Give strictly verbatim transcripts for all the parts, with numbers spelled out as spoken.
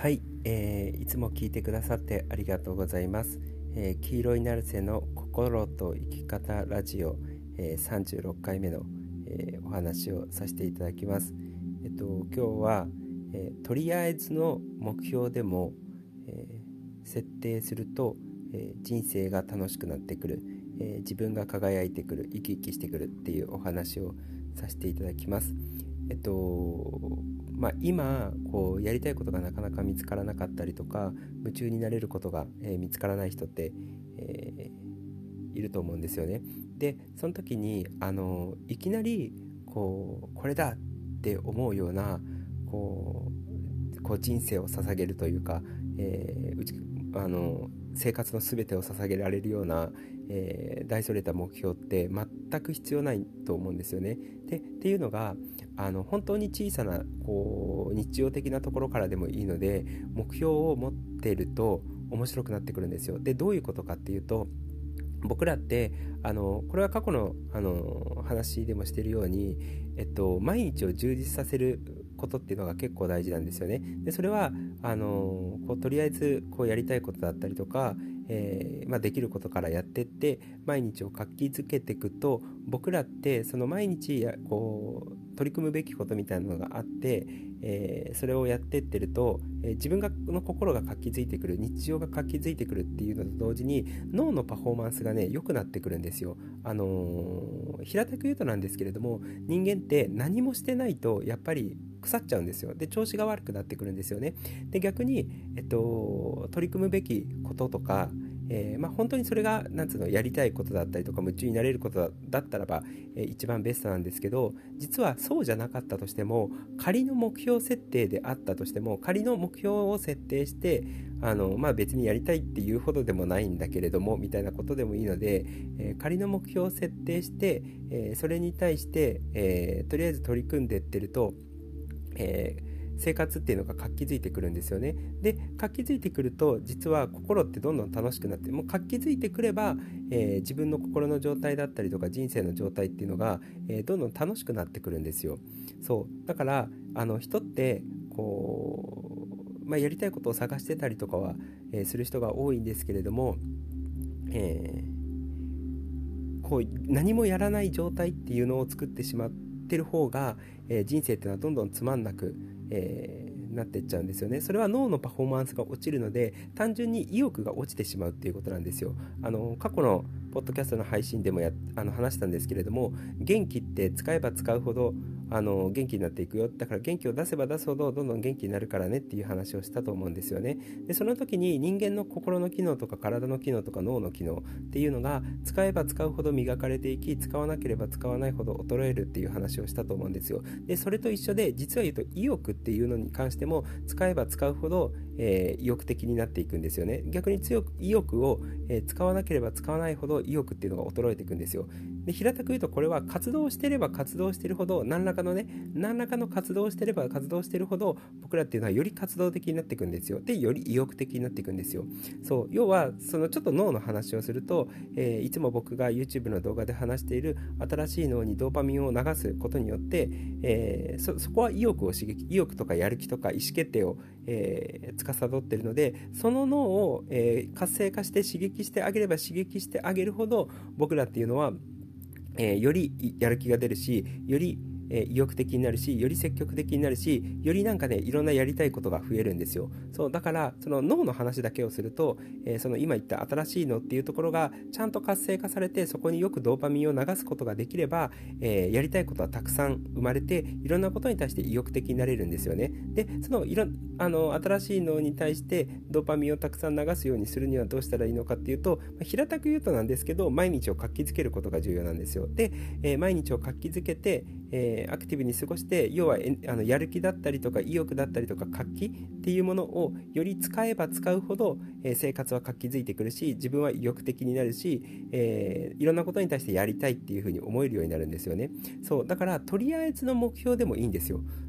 はい、えーいつも聞いてくださってありがとうございます。えー黄色いナルセの心と生き方ラジオ、えーさんじゅうろっかいめの、えーお話をさせていただきます。えっと今日は、えーとりあえずの目標でも、えー設定すると、えー人生が楽しくなってくる、えー自分が輝いてくる、生き生きしてくるっていうお話をさせていただきます。えっとまあ、今こうやりたいことがなかなか見つからなかったりとか、夢中になれることが、えー見つからない人って、えーいると思うんですよね。でその時にあのいきなりこうこれだって思うようなこうこう人生を捧げるというか、えーうちあの生活の全てを捧げられるような、えー大それた目標って全く必要ないと思うんですよね。でっていうのがあの本当に小さなこう日常的なところからでもいいので、目標を持っていると面白くなってくるんですよ。でどういうことかっていうと、僕らってあのこれは過去の、あの話でもしているように、えっと、毎日を充実させることっていうのが結構大事なんですよね。でそれはあのこうとりあえずこうやりたいことだったりとか、えーまあ、できることからやってって毎日を活気づけていくと、僕らってその毎日やこう取り組むべきことみたいなのがあって、えーそれをやってってると、えー自分がの心が活気づいてくる、日常が活気づいてくるっていうのと同時に脳のパフォーマンスがね良くなってくるんですよ。あのー平たく言うとなんですけれども、人間って何もしてないとやっぱり腐っちゃうんですよ。で調子が悪くなってくるんですよね。で逆に、えっと、取り組むべきこととか、えーまあ、本当にそれがなんつうのやりたいことだったりとか夢中になれることだったらば、えー一番ベストなんですけど、実はそうじゃなかったとしても、仮の目標設定であったとしても、仮の目標を設定してあの、まあ、別にやりたいっていうほどでもないんだけれどもみたいなことでもいいので、えー仮の目標を設定して、えーそれに対して、えーとりあえず取り組んでいってると、えー生活っていうのが活気づいてくるんですよね。で活気づいてくると実は心ってどんどん楽しくなって、もう活気づいてくれば、えー自分の心の状態だったりとか人生の状態っていうのが、えーどんどん楽しくなってくるんですよ。そうだからあの人ってこう、まあ、やりたいことを探してたりとかは、えーする人が多いんですけれども、えーこう何もやらない状態っていうのを作ってしまってる方が、えー人生っていうのはどんどんつまんなく、えーなっていっちゃうんですよね。それは脳のパフォーマンスが落ちるので、単純に意欲が落ちてしまうっていうことなんですよ。あの過去のポッドキャストの配信でもやあの話したんですけれども、元気って使えば使うほどあの元気になっていくよ、だから元気を出せば出すほどどんどん元気になるからねっていう話をしたと思うんですよね。でその時に人間の心の機能とか体の機能とか脳の機能っていうのが使えば使うほど磨かれていき、使わなければ使わないほど衰えるっていう話をしたと思うんですよ。でそれと一緒で、実は言うと意欲っていうのに関しても使えば使うほど、えー意欲的になっていくんですよね。逆に強く意欲を、えー使わなければ使わないほど意欲っていうのが衰えていくんですよ。で平たく言うと、これは活動してれば活動してるほど、何らかのね何らかの活動をしてれば活動してるほど、僕らっていうのはより活動的になっていくんですよ。でより意欲的になっていくんですよ。そう要はそのちょっと脳の話をすると、えーいつも僕が YouTube の動画で話している新しい脳にドーパミンを流すことによって、えーそ、そこは意欲を刺激、意欲とかやる気とか意思決定を、えー、司っているので、その脳を、えー活性化して刺激してあげれば刺激してあげるほど、僕らっていうのはえーよりやる気が出るし、より、えー意欲的になるし、より積極的になるし、よりなんかねいろんなやりたいことが増えるんですよ。そうだからその脳の話だけをすると、えーその今言った新しい脳っていうところがちゃんと活性化されて、そこによくドーパミンを流すことができれば、えーやりたいことはたくさん生まれて、いろんなことに対して意欲的になれるんですよね。でそのいろあの新しい脳に対してドーパミンをたくさん流すようにするにはどうしたらいいのかっていうと、まあ平たく言うとなんですけど、毎日を活気づけることが重要なんですよ。で、えー毎日を活気づけて、えーアクティブに過ごして、要はえあのやる気だったりとか意欲だったりとか活気っていうものをより使えば使うほど、えー生活は活気づいてくるし、自分は意欲的になるし、えーいろんなことに対してやりたいっていうふうに思えるようになるんですよね。そうだからとりあえずの目標でもいいんですよ。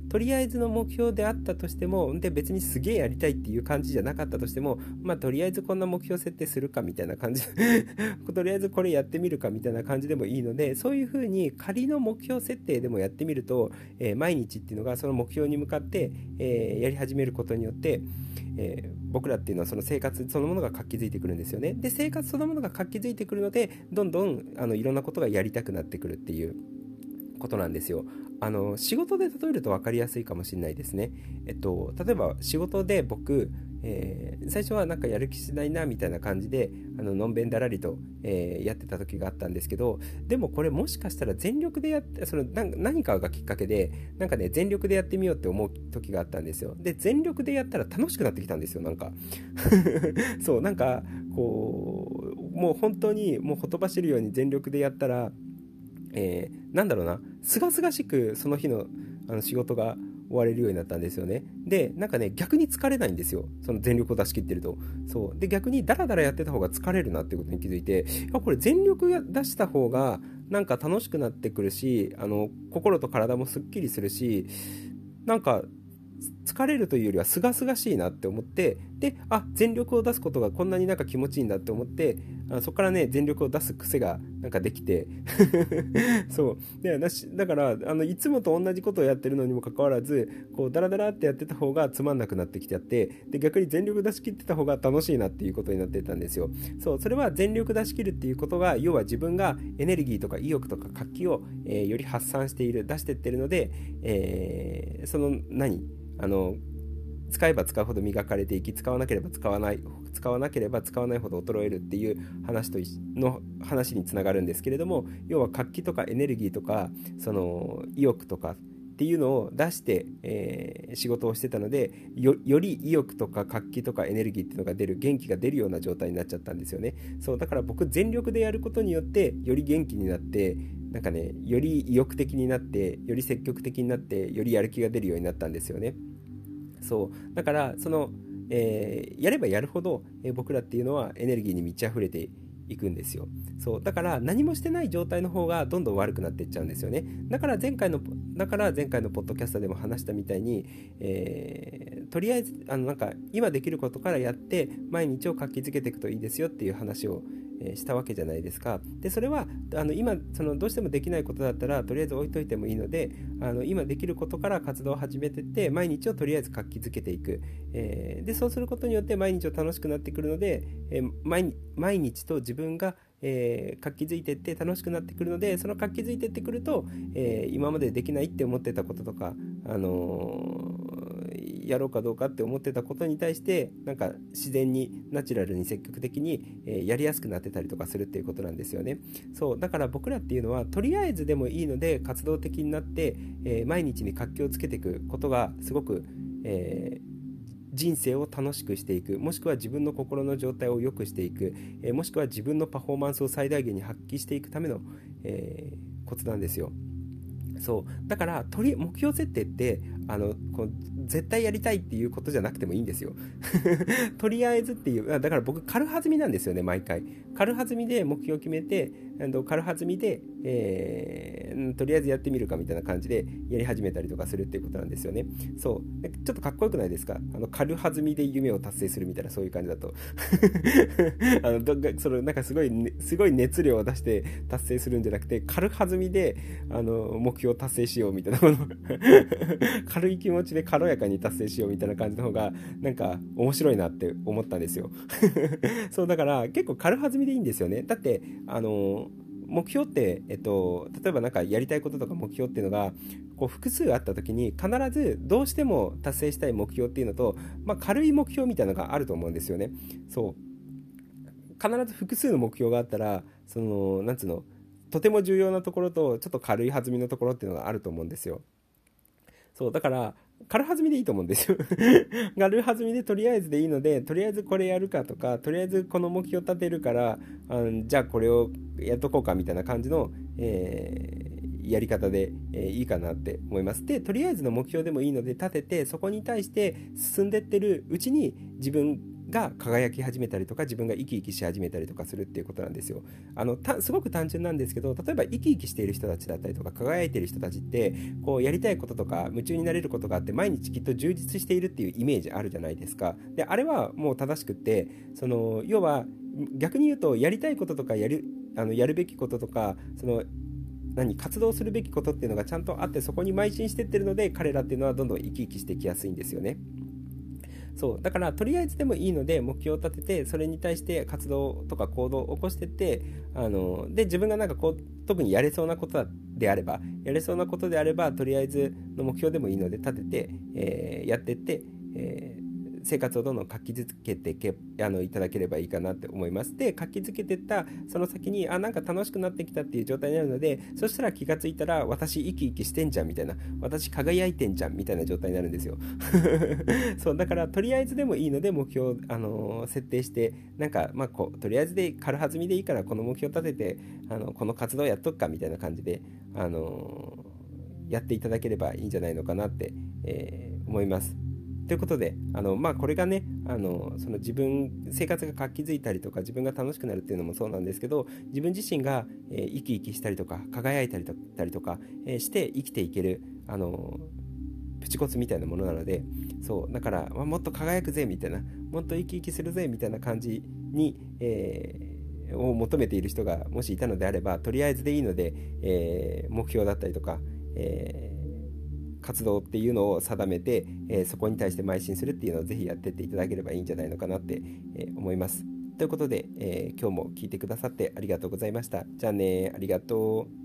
とりあえずの目標であったとしても、で別にすげえやりたいっていう感じじゃなかったとしても、まあとりあえずこんな目標設定するかみたいな感じとりあえずこれやってみるかみたいな感じでもいいので、そういうふうに仮の目標設定でもやってみると、えー、毎日っていうのがその目標に向かって、えー、やり始めることによって、えー、僕らっていうのはその生活そのものが活気づいてくるんですよね。で生活そのものが活気づいてくるので、どんどんあのいろんなことがやりたくなってくるっていうことなんですよ。あの仕事で例えると分かりやすいかもしれないですね。えっと、例えば仕事で僕、えー、最初はなんかやる気しないなみたいな感じであののんべんだらりと、えー、やってた時があったんですけど、でもこれもしかしたら全力でやってその何かがきっかけでなんかね全力でやってみようって思う時があったんですよ。で全力でやったら楽しくなってきたんですよ。なんかそうなんかこうもう本当にもうほとばしるように全力でやったら、えー、なんだろうな、すがすがしくその日の、あの仕事が終われるようになったんですよね。でなんかね逆に疲れないんですよ、その全力を出し切ってると。そうで逆にダラダラやってた方が疲れるなっていうことに気づいて、あこれ全力出した方がなんか楽しくなってくるし、あの心と体もすっきりするし、なんか疲れるというよりはすがすがしいなって思って、であ全力を出すことがこんなになんか気持ちいいんだって思って、あそこからね全力を出す癖がなんかできてそうでなしだからあのいつもと同じことをやってるのにもかかわらず、こうダラダラってやってた方がつまんなくなってきちゃって、で逆に全力出し切ってた方が楽しいなっていうことになってたんですよ。そうそれは全力出し切るっていうことが、要は自分がエネルギーとか意欲とか活気を、えー、より発散している出してってるので、えー、その何あの使えば使うほど磨かれていき、使わなければ使わない使わなければ使わないほど衰えるっていう話との話につながるんですけれども、要は活気とかエネルギーとかその意欲とかっていうのを出して、えー、仕事をしてたので、 よ, より意欲とか活気とかエネルギーっていうのが出る、元気が出るような状態になっちゃったんですよね。そうだから僕全力でやることによってより元気になって、なんかねより意欲的になって、より積極的になって、よりやる気が出るようになったんですよね。そうだからその、えー、やればやるほど、えー、僕らっていうのはエネルギーに満ち溢れていくんですよ。そうだから何もしてない状態の方がどんどん悪くなっていっちゃうんですよね。だから前回のだから前回のポッドキャストでも話したみたいに、えー、とりあえずあのなんか今できることからやって毎日を活気づけていくといいですよっていう話をしたわけじゃないですか。でそれはあの今そのどうしてもできないことだったらとりあえず置いといてもいいので、あの今できることから活動を始めていって毎日をとりあえず活気づけていく、えー、でそうすることによって毎日を楽しくなってくるので、えー、毎, 毎日と自分がえー、活気づいていって楽しくなってくるので、その活気づいていってくると、えー、今までできないって思ってたこととか、あのー、やろうかどうかって思ってたことに対してなんか自然にナチュラルに積極的に、えー、やりやすくなってたりとかするっていうことなんですよね。そうだから僕らっていうのはとりあえずでもいいので活動的になって、えー、毎日に活気をつけていくことがすごく、えー人生を楽しくしていく、もしくは自分の心の状態を良くしていく、えー、もしくは自分のパフォーマンスを最大限に発揮していくための、えー、コツなんですよ。そうだからとり目標設定ってあのこう絶対やりたいっていうことじゃなくてもいいんですよとりあえずっていう、だから僕軽はずみなんですよね。毎回軽はずみで目標を決めて、軽はずみで、えー、とりあえずやってみるかみたいな感じでやり始めたりとかするっていうことなんですよね。そうちょっとかっこよくないですか、あの軽はずみで夢を達成するみたいな、そういう感じだとあのどそのなんかすごい、ね、すごい熱量を出して達成するんじゃなくて、軽はずみであの目標を達成しようみたいなもの軽い気持ちで軽やかに達成しようみたいな感じの方がなんか面白いなって思ったんですよそうだから結構軽はずみでいいんですよね。だってあの目標って、えっと、例えばなんかやりたいこととか目標っていうのがこう複数あった時に必ずどうしても達成したい目標っていうのと、まあ、軽い目標みたいなのがあると思うんですよね。そう必ず複数の目標があったらそのなんつうのとても重要なところとちょっと軽い弾みのところっていうのがあると思うんですよ。そうだから軽はずみでいいと思うんですよ軽はずみでとりあえずでいいので、とりあえずこれやるかとか、とりあえずこの目標立てるからあじゃあこれをやっとこうかみたいな感じの、えー、やり方で、えー、いいかなって思います。でとりあえずの目標でもいいので立てて、そこに対して進んでってるうちに自分が輝き始めたりとか、自分が生き生きし始めたりとかするっていうことなんですよ。あのたすごく単純なんですけど、例えば生き生きしている人たちだったりとか輝いている人たちって、こうやりたいこととか夢中になれることがあって毎日きっと充実しているっていうイメージあるじゃないですか。であれはもう正しくって、その要は逆に言うと、やりたいこととかやるあのやるべきこととか、その何活動するべきことっていうのがちゃんとあって、そこに邁進してってるので、彼らっていうのはどんどん生き生きしてきやすいんですよね。そうだから、とりあえずでもいいので目標を立てて、それに対して活動とか行動を起こしてって、あので自分がなんかこう特にやれそうなことであればやれそうなことであればとりあえずの目標でもいいので立てて、えーやってって、えー生活をどんどん活気づけてけあのいただければいいかなって思います。で活気づけていったその先に、あなんか楽しくなってきたっていう状態になるので、そしたら気がついたら、私生き生きしてんじゃんみたいな、私輝いてんじゃんみたいな状態になるんですよ。そうだから、とりあえずでもいいので目標を、あのー設定して、なんかまあこうとりあえずで軽はずみでいいから、この目標立てて、あのこの活動やっとくかみたいな感じで、あのーやっていただければいいんじゃないのかなって、えー思います。ということで、あのまあ、これがね、あのその自分生活が活気づいたりとか、自分が楽しくなるっていうのもそうなんですけど、自分自身が、えー生き生きしたりとか輝いたりとか、えーして生きていける、あのプチコツみたいなものなので、そうだから、まあ、もっと輝くぜみたいな、もっと生き生きするぜみたいな感じに、えーを求めている人がもしいたのであれば、とりあえずでいいので、えー目標だったりとか、えー活動っていうのを定めて、えーそこに対して邁進するっていうのをぜひやっていっていただければいいんじゃないのかなって、えー思います。ということで、えー今日も聞いてくださってありがとうございました。じゃあね、ありがとう。